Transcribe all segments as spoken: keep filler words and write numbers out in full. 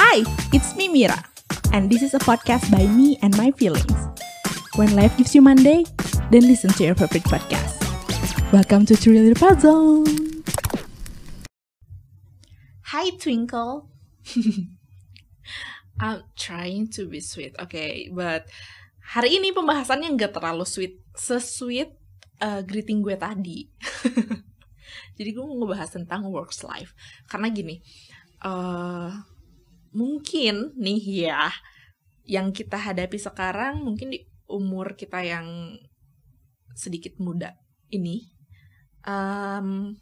Hi, it's me Mira, and this is a podcast by me and my feelings. When life gives you Monday, then listen to your favorite podcast. Welcome to Three Little Puzzle. Hi Twinkle. I'm trying to be sweet, okay, but hari ini pembahasannya nggak terlalu sweet, se-sweet uh, greeting gue tadi. Jadi gue mau ngebahas tentang works life, karena gini, uh, mungkin nih ya, yang kita hadapi sekarang mungkin di umur kita yang sedikit muda ini, um,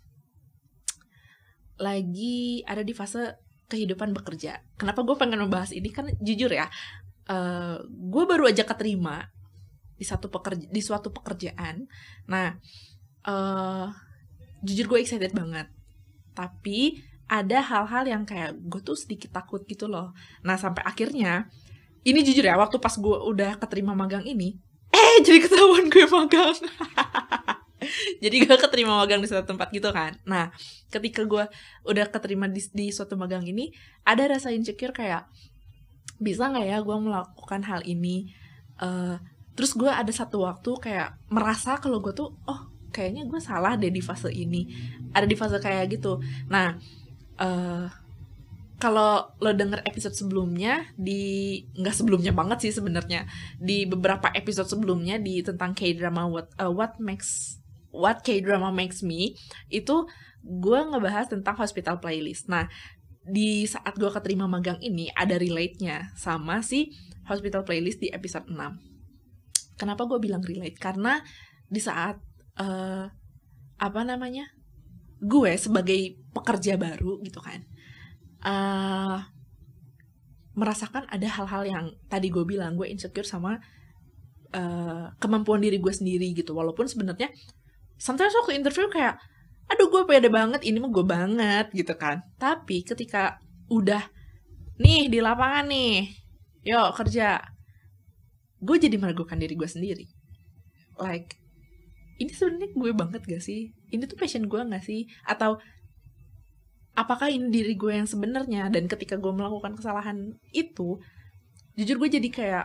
lagi ada di fase kehidupan bekerja. Kenapa gue pengen membahas ini? Kan jujur ya, uh, gue baru aja keterima di satu pekerja di suatu pekerjaan. Nah, uh, jujur gue excited banget. Tapi ada hal-hal yang kayak gue tuh sedikit takut gitu loh. Nah, sampai akhirnya, ini jujur ya, waktu pas gue udah keterima magang ini, eh jadi ketahuan gue magang. Jadi gue keterima magang di suatu tempat gitu kan. Nah, ketika gue udah keterima di, di suatu magang ini, ada rasa insecure kayak, bisa gak ya gue melakukan hal ini? Uh, terus gue ada satu waktu kayak merasa kalau gue tuh, oh kayaknya gue salah deh di fase ini. Ada di fase kayak gitu. Nah, uh, kalau lo denger episode sebelumnya, di nggak sebelumnya banget sih sebenarnya, di beberapa episode sebelumnya di tentang K-drama what uh, what makes what K-drama makes me, itu gue ngebahas tentang hospital playlist. Nah, di saat gue keterima magang ini ada relate-nya sama si hospital playlist di episode enam. Kenapa gue bilang relate? Karena di saat uh, apa namanya, gue sebagai pekerja baru gitu kan, uh, merasakan ada hal-hal yang tadi gue bilang, gue insecure sama uh, kemampuan diri gue sendiri gitu. Walaupun sebenarnya sometimes waktu interview kayak, aduh gue pede banget, ini mah gue banget gitu kan. Tapi ketika udah nih di lapangan nih, yuk kerja, gue jadi meragukan diri gue sendiri. Like, ini sebenarnya gue banget gak sih? Ini tuh passion gue gak sih? Atau apakah ini diri gue yang sebenarnya? Dan ketika gue melakukan kesalahan itu, jujur gue jadi kayak,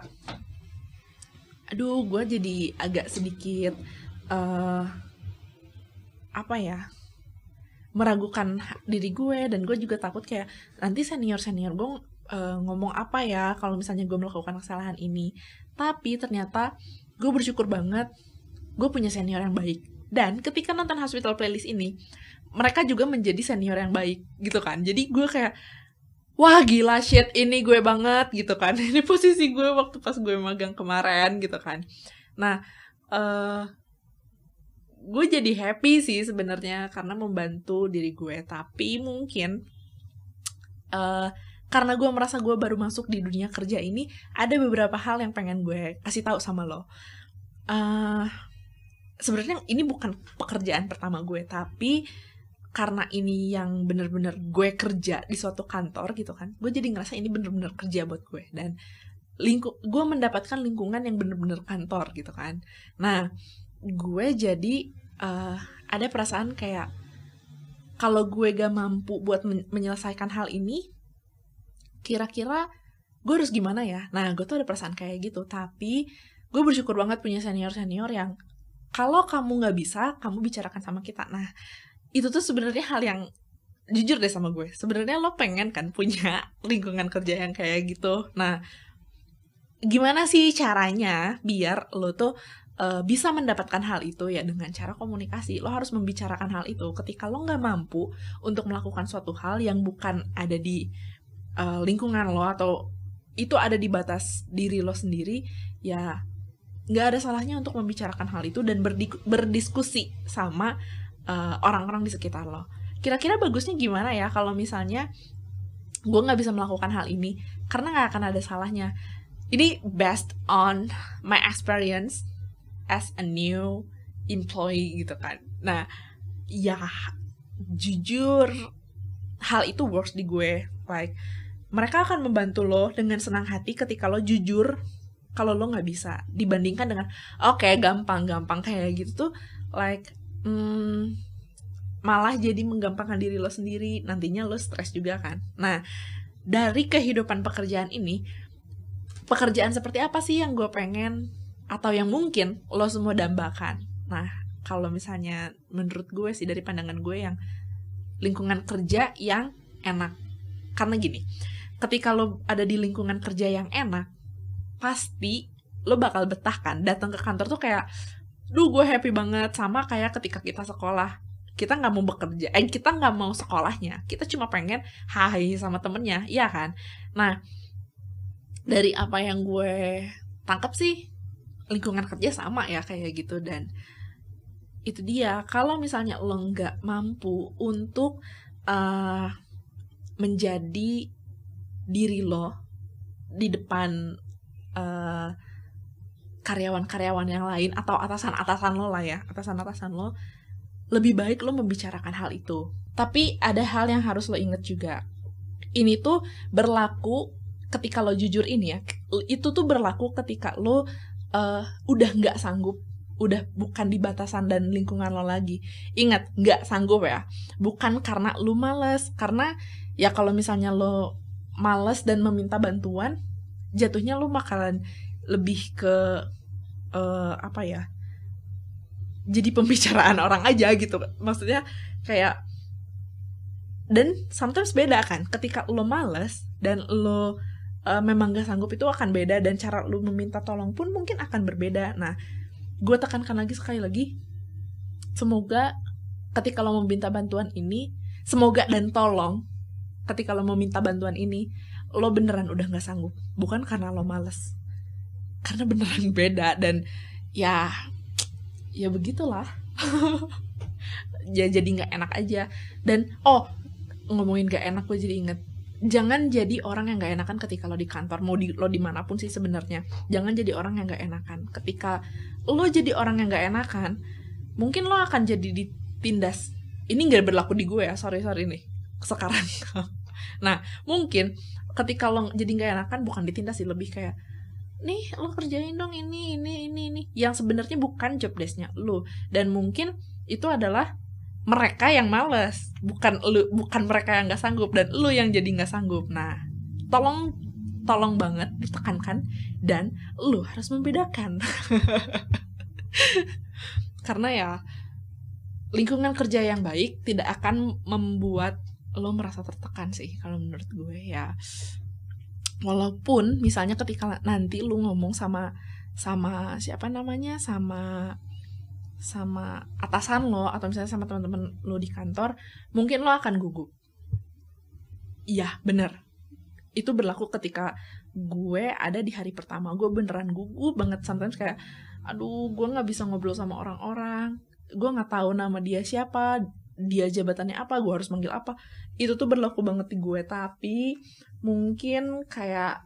aduh gue jadi agak sedikit uh, apa ya, meragukan diri gue. Dan gue juga takut kayak nanti senior-senior gue uh, ngomong apa ya kalau misalnya gue melakukan kesalahan ini. Tapi ternyata gue bersyukur banget gue punya senior yang baik. Dan ketika nonton hospital playlist ini, mereka juga menjadi senior yang baik gitu kan. Jadi gue kayak, wah gila shit, ini gue banget gitu kan. Ini posisi gue waktu pas gue magang kemarin gitu kan. Nah, uh, gue jadi happy sih sebenarnya karena membantu diri gue. Tapi mungkin uh, karena gue merasa gue baru masuk di dunia kerja ini, ada beberapa hal yang pengen gue kasih tahu sama lo. Uh, sebenarnya ini bukan pekerjaan pertama gue, tapi karena ini yang bener-bener gue kerja di suatu kantor gitu kan, gue jadi ngerasa ini bener-bener kerja buat gue. Dan lingkup gue mendapatkan lingkungan yang bener-bener kantor gitu kan. Nah, gue jadi uh, ada perasaan kayak kalau gue gak mampu buat men- menyelesaikan hal ini, kira-kira gue harus gimana ya? Nah, gue tuh ada perasaan kayak gitu. Tapi gue bersyukur banget punya senior-senior yang kalau kamu gak bisa, kamu bicarakan sama kita. Nah, itu tuh sebenarnya hal yang jujur deh sama gue. Sebenarnya lo pengen kan punya lingkungan kerja yang kayak gitu. Nah, gimana sih caranya biar lo tuh uh, bisa mendapatkan hal itu? Ya dengan cara komunikasi. Lo harus membicarakan hal itu. Ketika lo gak mampu untuk melakukan suatu hal yang bukan ada di uh, lingkungan lo, atau itu ada di batas diri lo sendiri, ya gak ada salahnya untuk membicarakan hal itu dan berdi- berdiskusi sama uh, orang-orang di sekitar lo. Kira-kira bagusnya gimana ya kalau misalnya gue gak bisa melakukan hal ini? Karena gak akan ada salahnya. Ini based on my experience as a new employee gitu kan. Nah, ya jujur hal itu works di gue. Like, mereka akan membantu lo dengan senang hati ketika lo jujur kalau lo nggak bisa, dibandingkan dengan oke okay, gampang-gampang kayak gitu tuh, like hmm, malah jadi menggampangkan diri lo sendiri, nantinya lo stres juga kan. Nah, dari kehidupan pekerjaan ini, pekerjaan seperti apa sih yang gue pengen atau yang mungkin lo semua dambakan. Nah, kalau misalnya menurut gue sih, dari pandangan gue, yang lingkungan kerja yang enak. Karena gini, ketika lo ada di lingkungan kerja yang enak, pasti lo bakal betah kan. Datang ke kantor tuh kayak, duh gue happy banget. Sama kayak ketika kita sekolah, kita nggak mau bekerja, eh kita nggak mau sekolahnya, kita cuma pengen hai sama temennya, iya kan? Nah, dari apa yang gue tangkap sih, lingkungan kerja sama ya kayak gitu. Dan itu dia, kalau misalnya lo nggak mampu untuk uh, menjadi diri lo di depan uh, karyawan-karyawan yang lain atau atasan-atasan lo lah ya, atasan-atasan lo, lebih baik lo membicarakan hal itu. Tapi ada hal yang harus lo inget juga. Ini tuh berlaku ketika lo jujur ini ya. Itu tuh berlaku ketika lo uh, udah nggak sanggup, udah bukan di batasan dan lingkungan lo lagi. Ingat, nggak sanggup ya. Bukan karena lo males. Karena ya kalau misalnya lo males dan meminta bantuan, jatuhnya lo bakalan lebih ke uh, apa ya, jadi pembicaraan orang aja gitu. Maksudnya kayak, dan sometimes beda kan, ketika lo males dan lo uh, memang gak sanggup, itu akan beda, dan cara lo meminta tolong pun mungkin akan berbeda. Nah, gue tekankan lagi sekali lagi, semoga ketika lo meminta bantuan ini, semoga dan tolong ketika lo meminta bantuan ini, lo beneran udah gak sanggup, bukan karena lo males, karena beneran beda. Dan ya ya begitulah. Ya jadi nggak enak aja. Dan oh, ngomongin nggak enak, gue jadi inget, jangan jadi orang yang nggak enakan ketika lo di kantor, mau di lo dimanapun sih sebenarnya. Jangan jadi orang yang nggak enakan. Ketika lo jadi orang yang nggak enakan, mungkin lo akan jadi ditindas. Ini nggak berlaku di gue ya, sorry sorry nih sekarang. Nah, mungkin ketika lo jadi nggak enakan, bukan ditindas sih, lebih kayak, nih lo kerjain dong ini ini ini ini yang sebenarnya bukan job desk-nya lo. Dan mungkin itu adalah mereka yang malas, bukan lu, bukan mereka yang nggak sanggup, dan lo yang jadi nggak sanggup. Nah, tolong tolong banget ditekankan, dan lo harus membedakan. Karena ya, lingkungan kerja yang baik tidak akan membuat lo merasa tertekan sih, kalau menurut gue ya. Walaupun misalnya ketika nanti lu ngomong sama sama siapa namanya, sama sama atasan lo, atau misalnya sama teman-teman lo di kantor, mungkin lo akan gugup. Iya, bener. Itu berlaku ketika gue ada di hari pertama. Gue beneran gugup banget. Sometimes kayak, aduh, gue nggak bisa ngobrol sama orang-orang. Gue nggak tahu nama dia siapa, dia jabatannya apa, gue harus manggil apa. Itu tuh berlaku banget di gue. Tapi mungkin kayak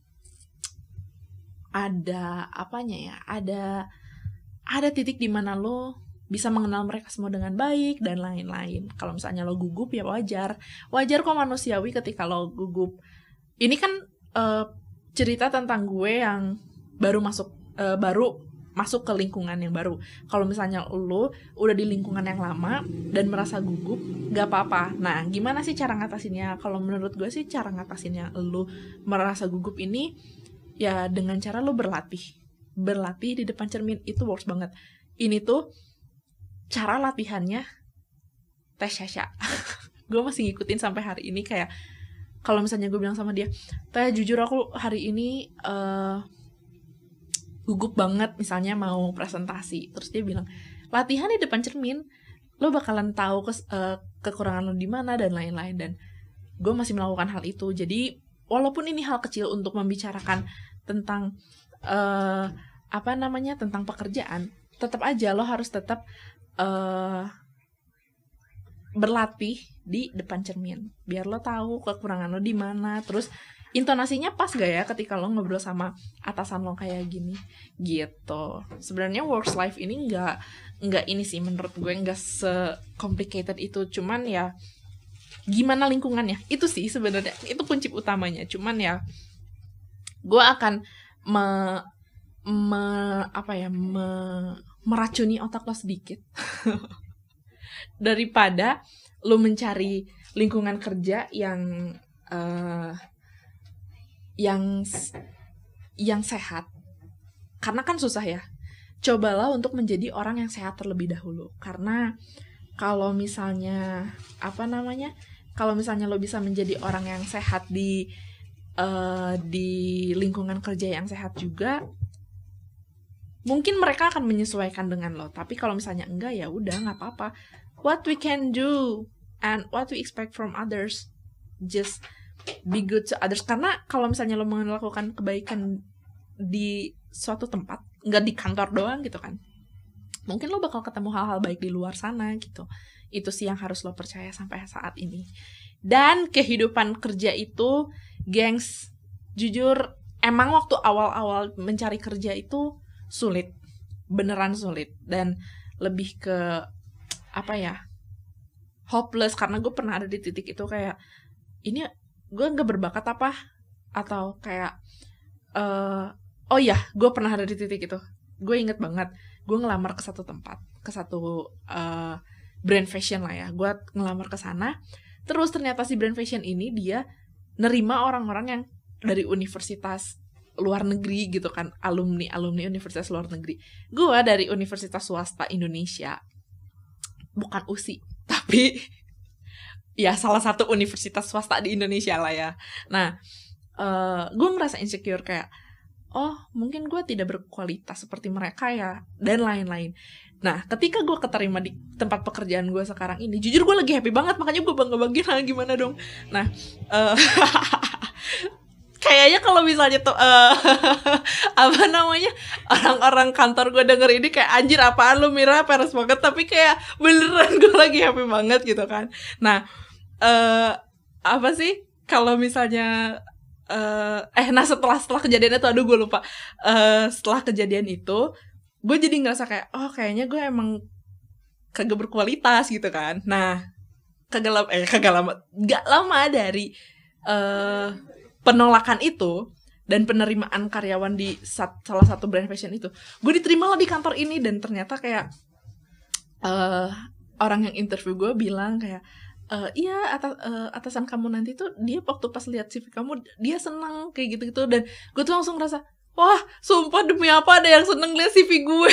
ada apanya ya, ada ada titik di mana lo bisa mengenal mereka semua dengan baik dan lain-lain. Kalau misalnya lo gugup ya wajar, wajar kok, manusiawi ketika lo gugup. Ini kan uh, cerita tentang gue yang baru masuk uh, baru masuk ke lingkungan yang baru. Kalau misalnya lo udah di lingkungan yang lama dan merasa gugup, gak apa-apa. Nah, gimana sih cara ngatasinnya? Kalau menurut gue sih cara ngatasinnya lo merasa gugup ini, ya dengan cara lo berlatih. Berlatih di depan cermin, itu works banget. Ini tuh cara latihannya Teh Syasha. Gue masih ngikutin sampai hari ini. Kayak kalau misalnya gue bilang sama dia, Teh jujur aku hari ini uh, gugup banget, misalnya mau presentasi. Terus dia bilang, latihan di depan cermin, lo bakalan tahu kes, uh, kekurangan lo di mana dan lain-lain. Dan gue masih melakukan hal itu. Jadi walaupun ini hal kecil untuk membicarakan tentang uh, apa namanya tentang pekerjaan, tetap aja lo harus tetap uh, berlatih di depan cermin biar lo tahu kekurangan lo di mana. Terus intonasinya pas gak ya ketika lo ngobrol sama atasan lo kayak gini gitu. Sebenarnya work life ini nggak nggak ini sih, menurut gue nggak se-complicated itu. Cuman ya gimana lingkungannya itu sih sebenarnya, itu kunci utamanya. Cuman ya gue akan me, me apa ya me, meracuni otak lo sedikit daripada lo mencari lingkungan kerja yang uh, yang yang sehat, karena kan susah ya. Cobalah untuk menjadi orang yang sehat terlebih dahulu, karena kalau misalnya apa namanya kalau misalnya lo bisa menjadi orang yang sehat di uh, di lingkungan kerja yang sehat juga, mungkin mereka akan menyesuaikan dengan lo. Tapi kalau misalnya enggak, ya udah, nggak apa-apa. What we can do and what we expect from others, just be good to others. Karena kalau misalnya lo melakukan kebaikan di suatu tempat, nggak di kantor doang gitu kan, mungkin lo bakal ketemu hal-hal baik di luar sana gitu. Itu sih yang harus lo percaya sampai saat ini. Dan kehidupan kerja itu, gengs, jujur emang waktu awal-awal mencari kerja itu sulit, beneran sulit, dan lebih ke apa ya, hopeless, karena gue pernah ada di titik itu kayak, ini gue nggak berbakat apa, atau kayak uh, oh ya, gue pernah ada di titik itu. Gue inget banget, gue ngelamar ke satu tempat, ke satu uh, brand fashion lah ya. Gue ngelamar ke sana, terus ternyata si brand fashion ini dia nerima orang-orang yang dari universitas luar negeri gitu kan, alumni alumni universitas luar negeri. Gue dari universitas swasta Indonesia, bukan U S I, tapi ya salah satu universitas swasta di Indonesia lah ya. Nah, uh, gue ngerasa insecure kayak, oh mungkin gue tidak berkualitas seperti mereka ya, dan lain-lain. Nah, ketika gue keterima di tempat pekerjaan gue sekarang ini, jujur gue lagi happy banget, makanya gue bangga-banggain lah, gimana dong. Nah, uh, kayaknya kalau misalnya tuh uh, apa namanya, orang-orang kantor gue denger ini kayak, anjir apaan lu Mira, peres banget, tapi kayak beneran gue lagi happy banget gitu kan. Nah, uh, apa sih kalau misalnya uh, eh nah setelah setelah kejadian itu, aduh gue lupa, uh, setelah kejadian itu gue jadi ngerasa kayak, oh kayaknya gue emang kagak berkualitas gitu kan. Nah, kagak lama eh kagak lama gak lama dari uh, penolakan itu dan penerimaan karyawan di sat, salah satu brand fashion itu, gue diterima lah di kantor ini. Dan ternyata kayak uh, orang yang interview gue bilang kayak, uh, iya atas, uh, atasan kamu nanti tuh, dia waktu pas lihat C V kamu dia senang kayak gitu-gitu. Dan gue tuh langsung ngerasa, wah sumpah demi apa ada yang seneng lihat C V gue.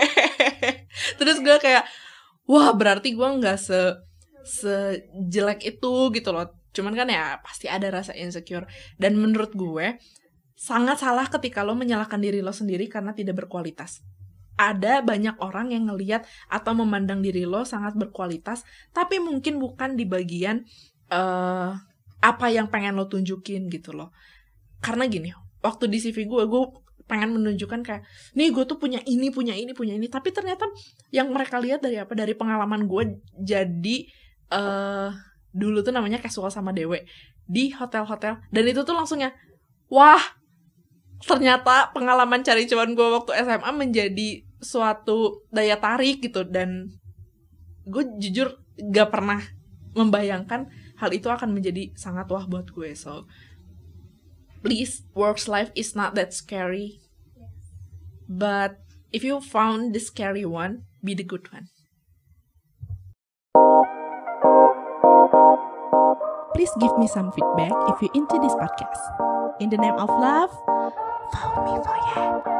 Terus gue kayak, wah berarti gue nggak se sejelek itu gitu loh. Cuman kan ya pasti ada rasa insecure. Dan menurut gue sangat salah ketika lo menyalahkan diri lo sendiri karena tidak berkualitas. Ada banyak orang yang ngelihat atau memandang diri lo sangat berkualitas, tapi mungkin bukan di bagian uh, apa yang pengen lo tunjukin gitu loh. Karena gini, waktu di C V gue, gue pengen menunjukkan kayak, nih gue tuh punya ini, punya ini, punya ini. Tapi ternyata yang mereka lihat dari apa? Dari pengalaman gue jadi uh, dulu tuh namanya casual sama dewe di hotel-hotel. Dan itu tuh langsungnya, wah ternyata pengalaman cari cuan gue waktu S M A menjadi suatu daya tarik gitu. Dan gue jujur gak pernah membayangkan hal itu akan menjadi sangat wah buat gue. So please, work life is not that scary, but if you found the scary one, be the good one. Please give me some feedback if you into this podcast. In the name of love, follow me for ya.